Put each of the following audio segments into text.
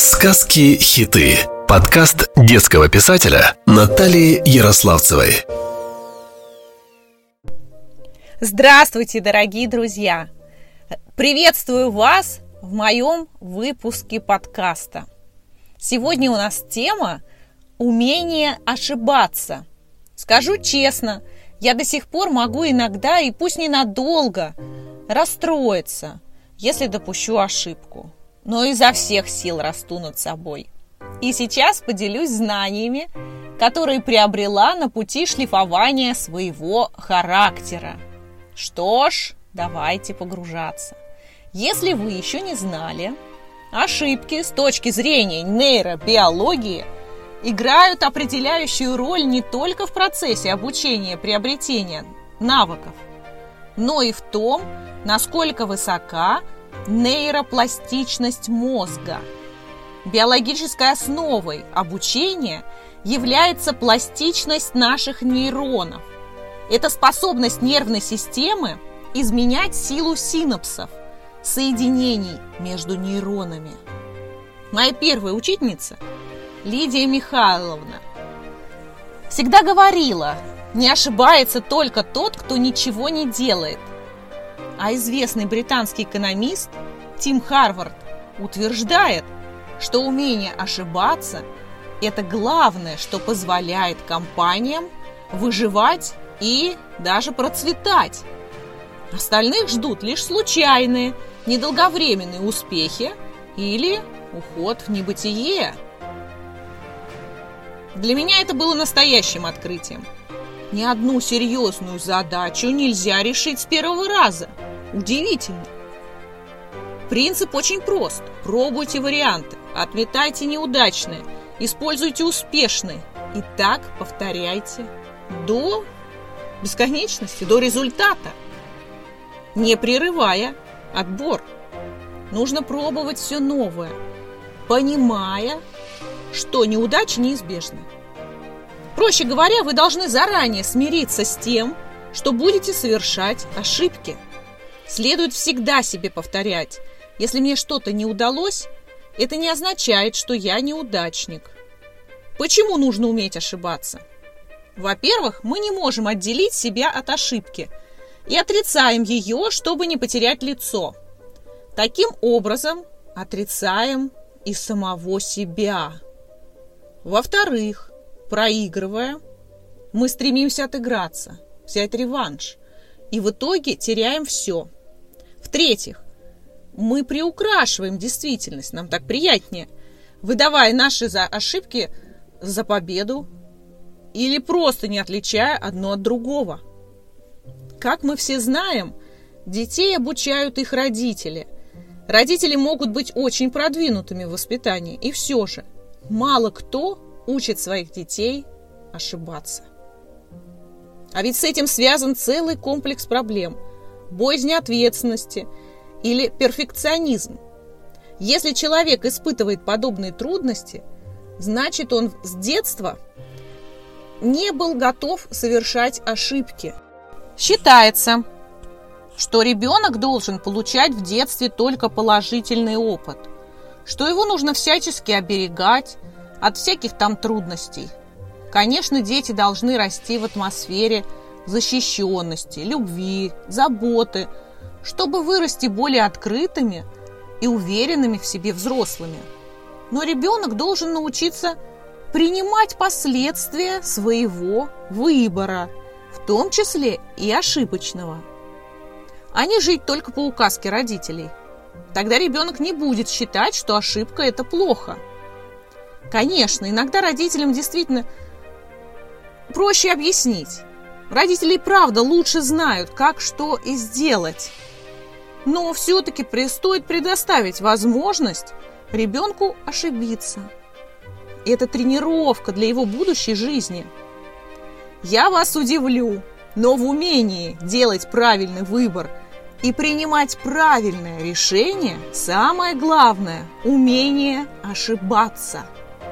Сказки-хиты. Подкаст детского писателя Натальи Ярославцевой. Здравствуйте, дорогие друзья! Приветствую вас в моем выпуске подкаста. Сегодня у нас тема «Умение ошибаться». Скажу честно, я до сих пор могу иногда, и пусть ненадолго, расстроиться, если допущу ошибку, но изо всех сил расту над собой. И сейчас поделюсь знаниями, которые приобрела на пути шлифования своего характера. Что ж, давайте погружаться. Если вы еще не знали, ошибки с точки зрения нейробиологии играют определяющую роль не только в процессе обучения приобретения навыков, но и в том, насколько высока нейропластичность мозга. Биологической основой обучения является пластичность наших нейронов. Это способность нервной системы изменять силу синапсов, соединений между нейронами. Моя первая учительница, Лидия Михайловна, всегда говорила: не ошибается только тот, кто ничего не делает. А известный британский экономист Тим Харвард утверждает, что умение ошибаться – это главное, что позволяет компаниям выживать и даже процветать. Остальных ждут лишь случайные, недолговременные успехи или уход в небытие. Для меня это было настоящим открытием. Ни одну серьезную задачу нельзя решить с первого раза. Удивительно. Принцип очень прост. Пробуйте варианты, отметайте неудачные, используйте успешные. И так повторяйте до бесконечности, до результата, не прерывая отбор. Нужно пробовать все новое, понимая, что неудачи неизбежны. Проще говоря, вы должны заранее смириться с тем, что будете совершать ошибки. Следует всегда себе повторять: если мне что-то не удалось, это не означает, что я неудачник. Почему нужно уметь ошибаться? Во-первых, мы не можем отделить себя от ошибки и отрицаем ее, чтобы не потерять лицо. Таким образом, отрицаем и самого себя. Во-вторых, проигрывая, мы стремимся отыграться, взять реванш, и в итоге теряем все. В-третьих, мы приукрашиваем действительность, нам так приятнее, выдавая наши ошибки за победу или просто не отличая одно от другого. Как мы все знаем, детей обучают их родители. Родители могут быть очень продвинутыми в воспитании, и все же мало кто учит своих детей ошибаться. А ведь с этим связан целый комплекс проблем: боязнь ответственности или перфекционизм. Если человек испытывает подобные трудности, значит, он с детства не был готов совершать ошибки. Считается, что ребенок должен получать в детстве только положительный опыт, что его нужно всячески оберегать от всяких там трудностей. Конечно, дети должны расти в атмосфере защищенности, любви, заботы, чтобы вырасти более открытыми и уверенными в себе взрослыми. Но ребенок должен научиться принимать последствия своего выбора, в том числе и ошибочного, а не жить только по указке родителей. Тогда ребенок не будет считать, что ошибка – это плохо. Конечно, иногда родителям действительно проще объяснить. Родители, правда, лучше знают, как что и сделать. Но все-таки стоит предоставить возможность ребенку ошибиться. Это тренировка для его будущей жизни. Я вас удивлю, но в умении делать правильный выбор и принимать правильное решение самое главное – умение ошибаться.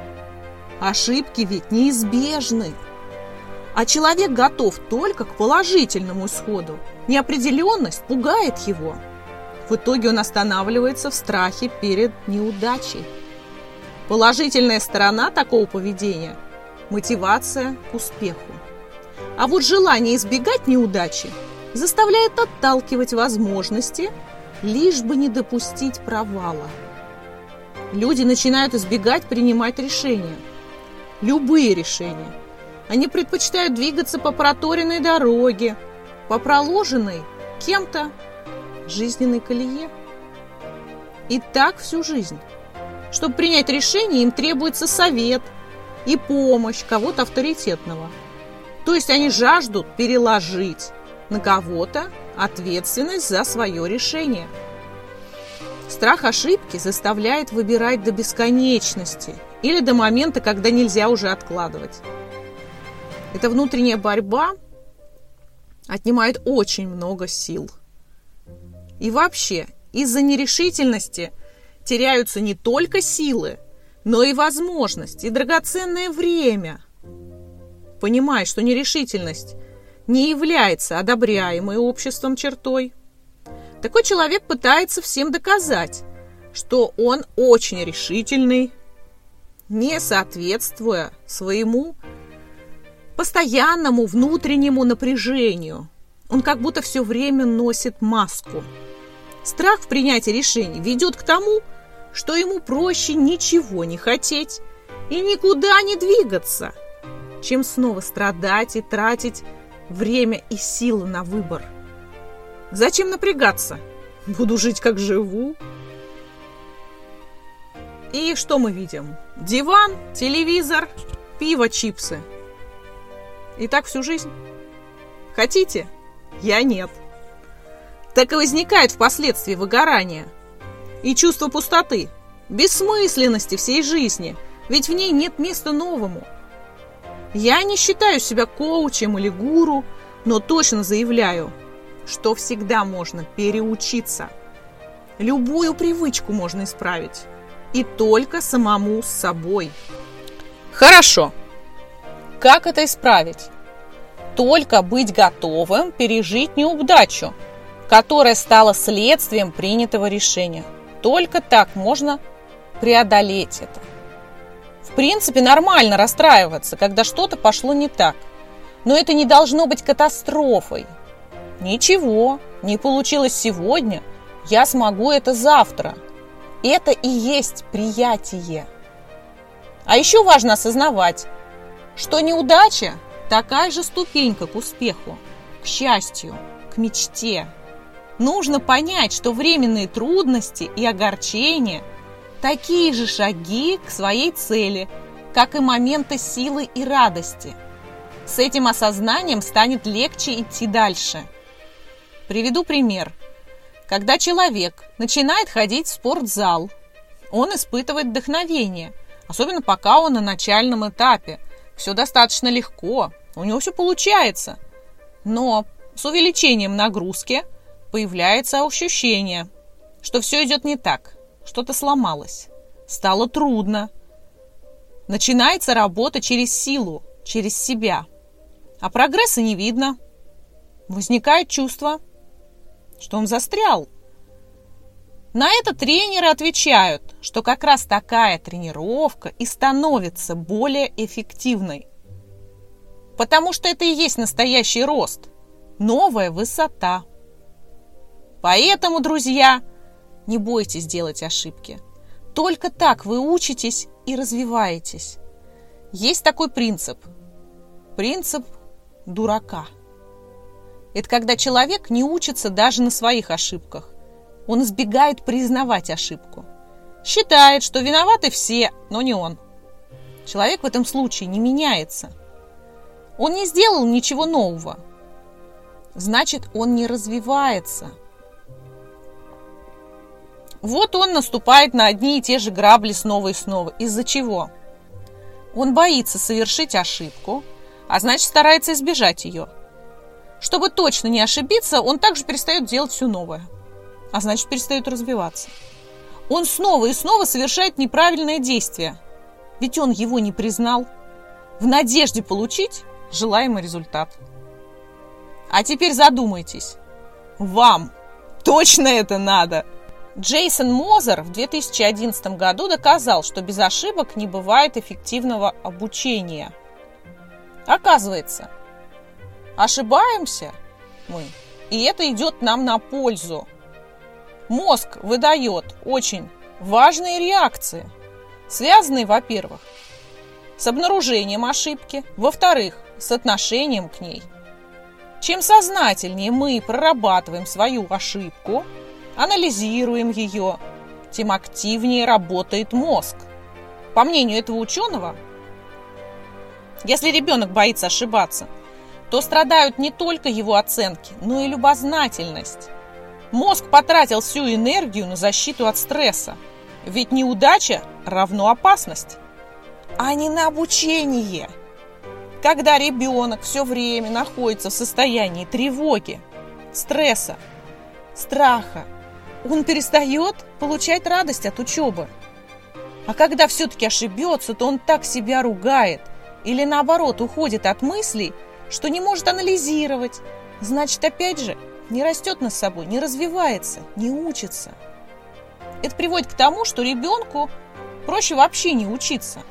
Ошибки ведь неизбежны. А человек готов только к положительному исходу. Неопределенность пугает его. В итоге он останавливается в страхе перед неудачей. Положительная сторона такого поведения – мотивация к успеху. А вот желание избегать неудачи заставляет отталкивать возможности, лишь бы не допустить провала. Люди начинают избегать принимать решения. Любые решения. Они предпочитают двигаться по проторенной дороге, по проложенной кем-то жизненной колее. И так всю жизнь. Чтобы принять решение, им требуется совет и помощь кого-то авторитетного. То есть они жаждут переложить на кого-то ответственность за свое решение. Страх ошибки заставляет выбирать до бесконечности или до момента, когда нельзя уже откладывать. Эта внутренняя борьба отнимает очень много сил. И вообще, из-за нерешительности теряются не только силы, но и возможность, и драгоценное время. Понимая, что нерешительность не является одобряемой обществом чертой, такой человек пытается всем доказать, что он очень решительный, не соответствуя своему постоянному внутреннему напряжению. Он как будто все время носит маску. Страх в принятии решений ведет к тому, что ему проще ничего не хотеть и никуда не двигаться, чем снова страдать и тратить время и силы на выбор. Зачем напрягаться? Буду жить, как живу. И что мы видим? Диван, телевизор, пиво, чипсы. И так всю жизнь. Хотите? Я нет. Так и возникает впоследствии выгорание и чувство пустоты, бессмысленности всей жизни, ведь в ней нет места новому. Я не считаю себя коучем или гуру, но точно заявляю, что всегда можно переучиться. Любую привычку можно исправить, и только самому с собой. Хорошо. Как это исправить? Только быть готовым пережить неудачу, которая стала следствием принятого решения. Только так можно преодолеть это. В принципе, нормально расстраиваться, когда что-то пошло не так. Но это не должно быть катастрофой. Ничего, не получилось сегодня, я смогу это завтра. Это и есть приятие. А еще важно осознавать, что неудача такая же ступенька к успеху, к счастью, к мечте. Нужно понять, что временные трудности и огорчения – такие же шаги к своей цели, как и моменты силы и радости. С этим осознанием станет легче идти дальше. Приведу пример. Когда человек начинает ходить в спортзал, он испытывает вдохновение, особенно пока он на начальном этапе. Все достаточно легко, у него все получается. Но с увеличением нагрузки появляется ощущение, что все идет не так, что-то сломалось, стало трудно. Начинается работа через силу, через себя, а прогресса не видно. Возникает чувство, что он застрял. На это тренеры отвечают, что как раз такая тренировка и становится более эффективной. Потому что это и есть настоящий рост, новая высота. Поэтому, друзья, не бойтесь делать ошибки. Только так вы учитесь и развиваетесь. Есть такой принцип. Принцип дурака. Это когда человек не учится даже на своих ошибках. Он избегает признавать ошибку. Считает, что виноваты все, но не он. Человек в этом случае не меняется. Он не сделал ничего нового. Значит, он не развивается. Вот он наступает на одни и те же грабли снова и снова. Из-за чего? Он боится совершить ошибку, а значит, старается избежать ее. Чтобы точно не ошибиться, он также перестает делать все новое, а значит, перестает развиваться. Он снова и снова совершает неправильное действие, ведь он его не признал, в надежде получить желаемый результат. А теперь задумайтесь, вам точно это надо? Джейсон Мозер в 2011 году доказал, что без ошибок не бывает эффективного обучения. Оказывается, ошибаемся мы, и это идет нам на пользу. Мозг выдает очень важные реакции, связанные, во-первых, с обнаружением ошибки, во-вторых, с отношением к ней. Чем сознательнее мы прорабатываем свою ошибку, анализируем ее, тем активнее работает мозг. По мнению этого ученого, если ребенок боится ошибаться, то страдают не только его оценки, но и любознательность. Мозг потратил всю энергию на защиту от стресса, ведь неудача равно опасность, а не на обучение. Когда ребенок все время находится в состоянии тревоги, стресса, страха, он перестает получать радость от учебы. А когда все-таки ошибется, то он так себя ругает или наоборот уходит от мыслей, что не может анализировать. Значит, опять же, не растет над собой, не развивается, не учится. Это приводит к тому, что ребенку проще вообще не учиться.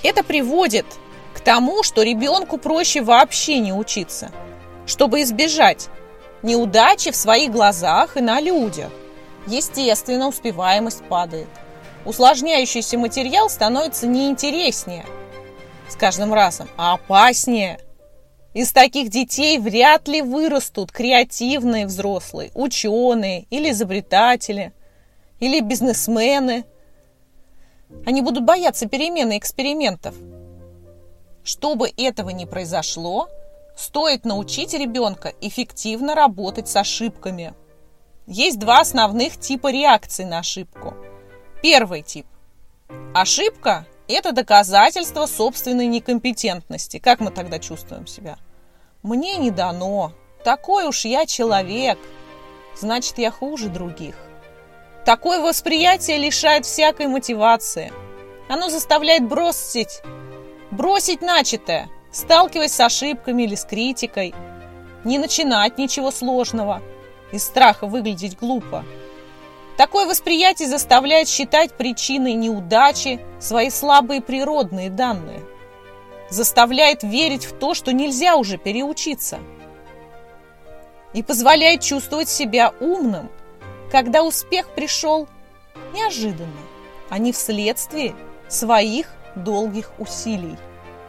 Чтобы избежать неудачи в своих глазах и на людях. Естественно, успеваемость падает. Усложняющийся материал становится неинтереснее с каждым разом, а опаснее. Из таких детей вряд ли вырастут креативные взрослые, ученые или изобретатели, или бизнесмены. Они будут бояться перемен и экспериментов. Чтобы этого не произошло, стоит научить ребенка эффективно работать с ошибками. Есть два основных типа реакции на ошибку. Первый тип. Ошибка – это доказательство собственной некомпетентности. Как мы тогда чувствуем себя? Мне не дано. Такой уж я человек. Значит, я хуже других. Такое восприятие лишает всякой мотивации. Оно заставляет бросить начатое, сталкиваясь с ошибками или с критикой, не начинать ничего сложного из страха выглядеть глупо. Такое восприятие заставляет считать причиной неудачи свои слабые природные данные, заставляет верить в то, что нельзя уже переучиться, и позволяет чувствовать себя умным, когда успех пришел неожиданно, а не вследствие своих долгих усилий.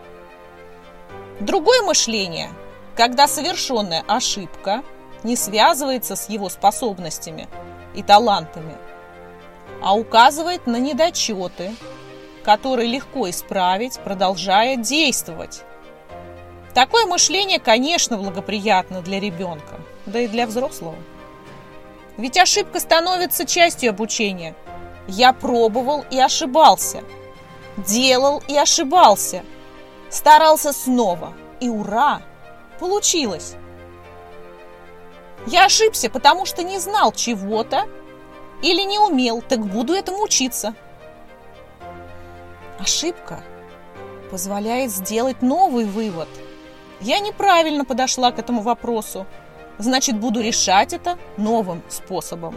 Другое мышление, когда совершенная ошибка не связывается с его способностями и талантами, а указывает на недочеты, которые легко исправить, продолжая действовать. Такое мышление, конечно, благоприятно для ребенка, да и для взрослого. Ведь ошибка становится частью обучения. Я пробовал и ошибался, делал и ошибался, старался снова, и ура, получилось. Я ошибся, потому что не знал чего-то или не умел, так буду этому учиться. Ошибка позволяет сделать новый вывод. Я неправильно подошла к этому вопросу, значит, буду решать это новым способом.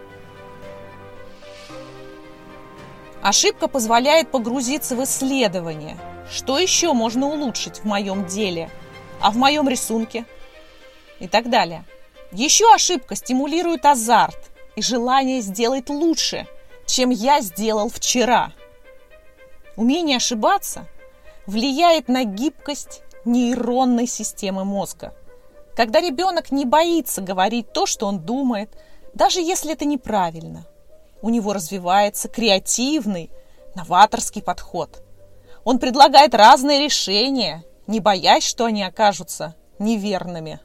Ошибка позволяет погрузиться в исследование. Что еще можно улучшить в моем деле, а в моем рисунке? И так далее. Еще ошибка стимулирует азарт и желание сделать лучше, чем я сделал вчера. Умение ошибаться влияет на гибкость нейронной системы мозга. Когда ребенок не боится говорить то, что он думает, даже если это неправильно, у него развивается креативный, новаторский подход. Он предлагает разные решения, не боясь, что они окажутся неверными.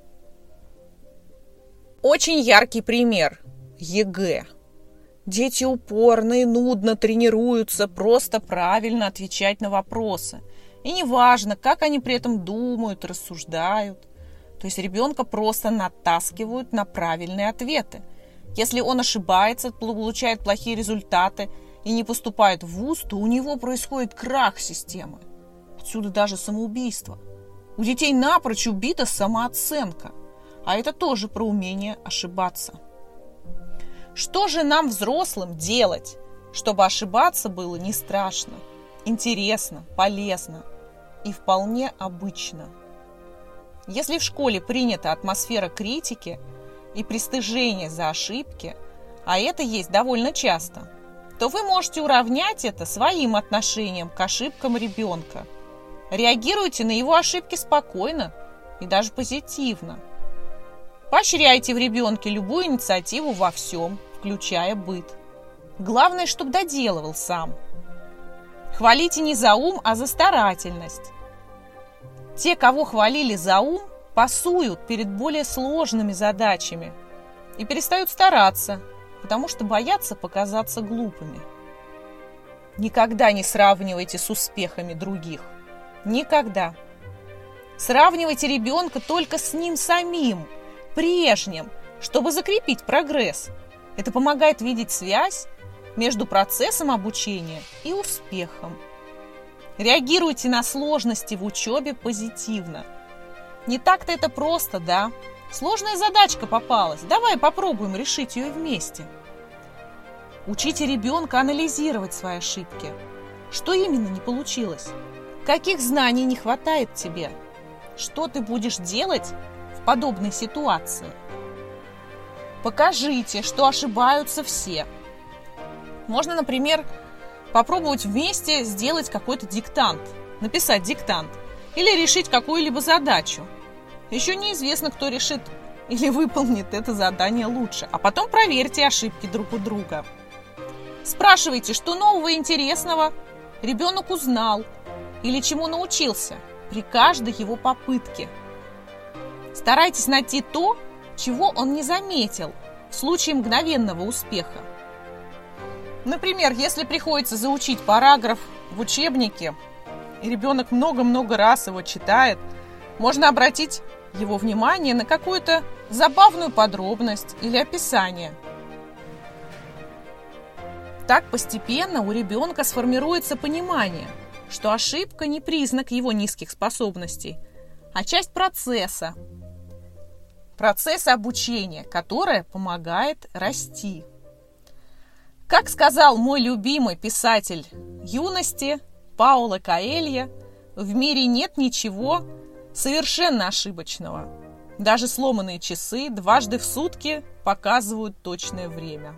Очень яркий пример – ЕГЭ. Дети упорно и нудно тренируются просто правильно отвечать на вопросы. И неважно, как они при этом думают, рассуждают. То есть ребенка просто натаскивают на правильные ответы. Если он ошибается, получает плохие результаты и не поступает в вуз, то у него происходит крах системы. Отсюда даже самоубийство. У детей напрочь убита самооценка. А это тоже про умение ошибаться. Что же нам, взрослым, делать, чтобы ошибаться было не страшно, интересно, полезно и вполне обычно? Если в школе принята атмосфера критики и пристыжения за ошибки, а это есть довольно часто, то вы можете уравнять это своим отношением к ошибкам ребенка. Реагируйте на его ошибки спокойно и даже позитивно. Поощряйте в ребенке любую инициативу во всем, включая быт. Главное, чтобы доделывал сам. Хвалите не за ум, а за старательность. Те, кого хвалили за ум, пасуют перед более сложными задачами и перестают стараться, потому что боятся показаться глупыми. Никогда не сравнивайте с успехами других. Никогда. Сравнивайте ребенка только с ним самим, прежним, чтобы закрепить прогресс. Это помогает видеть связь между процессом обучения и успехом. Реагируйте на сложности в учебе позитивно. Не так-то это просто, да? Сложная задачка попалась. Давай попробуем решить ее вместе. Учите ребенка анализировать свои ошибки. Что именно не получилось? Каких знаний не хватает тебе? Что ты будешь делать в подобной ситуации? Покажите, что ошибаются все. Можно, например, попробовать вместе сделать какой-то диктант, написать диктант или решить какую-либо задачу. Еще неизвестно, кто решит или выполнит это задание лучше. А потом проверьте ошибки друг у друга. Спрашивайте, что нового и интересного ребенок узнал или чему научился при каждой его попытке. Старайтесь найти то, чего он не заметил в случае мгновенного успеха. Например, если приходится заучить параграф в учебнике, и ребенок много-много раз его читает, можно обратить его внимание на какую-то забавную подробность или описание. Так постепенно у ребенка сформируется понимание, что ошибка не признак его низких способностей, а часть процесса обучения, которое помогает расти. Как сказал мой любимый писатель юности Пауло Коэльо, в мире нет ничего совершенно ошибочного. Даже сломанные часы дважды в сутки показывают точное время.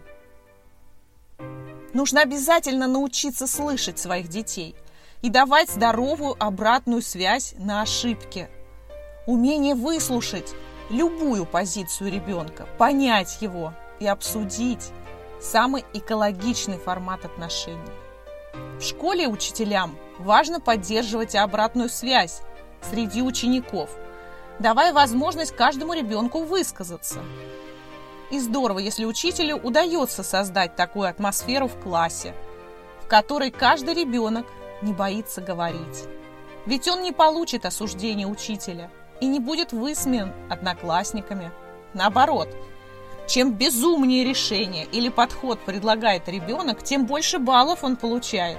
Нужно обязательно научиться слышать своих детей и давать здоровую обратную связь на ошибки. Умение выслушать любую позицию ребенка, понять его и обсудить – самый экологичный формат отношений. В школе учителям важно поддерживать обратную связь среди учеников, давая возможность каждому ребенку высказаться. И здорово, если учителю удается создать такую атмосферу в классе, в которой каждый ребенок не боится говорить. Ведь он не получит осуждения учителя и не будет высмеян одноклассниками. Наоборот, чем безумнее решение или подход предлагает ребенок, тем больше баллов он получает.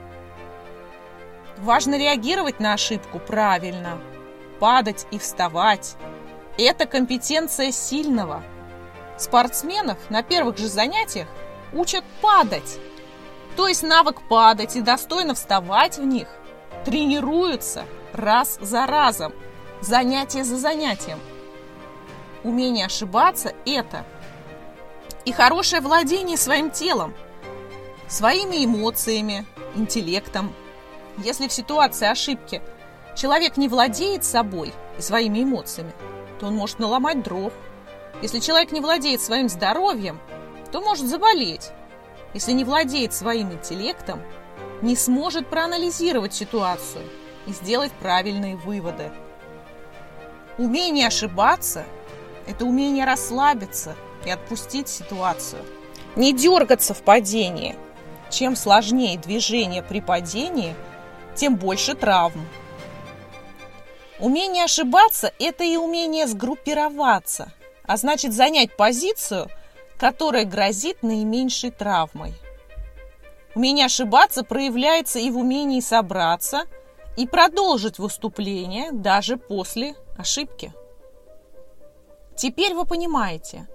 Важно реагировать на ошибку правильно, падать и вставать. Это компетенция сильного. Спортсменов на первых же занятиях учат падать. То есть навык падать и достойно вставать в них тренируются раз за разом, занятие за занятием. Умение ошибаться – это и хорошее владение своим телом, своими эмоциями, интеллектом. Если в ситуации ошибки человек не владеет собой и своими эмоциями, то он может наломать дров. Если человек не владеет своим здоровьем, то может заболеть. Если не владеет своим интеллектом, не сможет проанализировать ситуацию и сделать правильные выводы. Умение ошибаться – это умение расслабиться и отпустить ситуацию. Не дергаться в падении. Чем сложнее движение при падении, тем больше травм. Умение ошибаться – это и умение сгруппироваться, а значит занять позицию, которая грозит наименьшей травмой. Умение ошибаться проявляется и в умении собраться и продолжить выступление даже после ошибки. Теперь вы понимаете,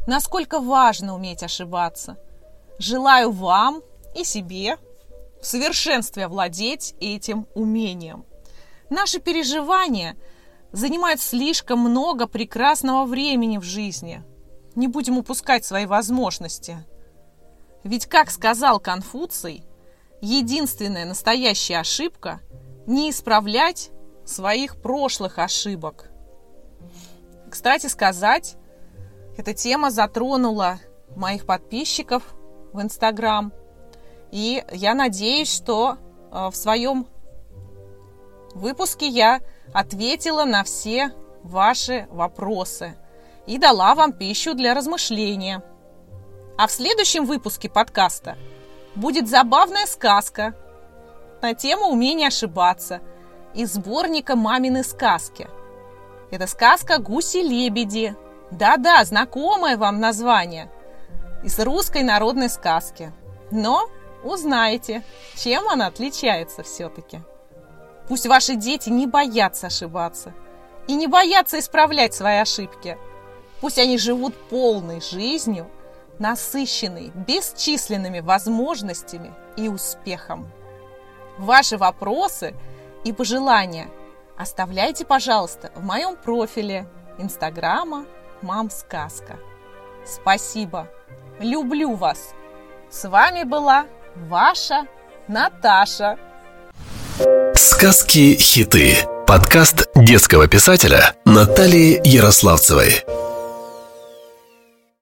насколько важно уметь ошибаться. Желаю вам и себе в совершенстве овладеть этим умением. Наши переживания занимают слишком много прекрасного времени в жизни. Не будем упускать свои возможности. Ведь, как сказал Конфуций, единственная настоящая ошибка – не исправлять своих прошлых ошибок. Кстати сказать, эта тема затронула моих подписчиков в Инстаграм. И я надеюсь, что в своем выпуске я ответила на все ваши вопросы и дала вам пищу для размышления. А в следующем выпуске подкаста будет забавная сказка на тему умения ошибаться из сборника «Мамины сказки». Это сказка «Гуси-лебеди». Да-да, знакомое вам название из русской народной сказки. Но узнаете, чем она отличается все-таки. Пусть ваши дети не боятся ошибаться и не боятся исправлять свои ошибки. Пусть они живут полной жизнью, насыщенной бесчисленными возможностями и успехом. Ваши вопросы и пожелания оставляйте, пожалуйста, в моем профиле Инстаграма «Мам-сказка». Спасибо. Люблю вас. С вами была ваша Наташа. Сказки-хиты. Подкаст детского писателя Натальи Ярославцевой.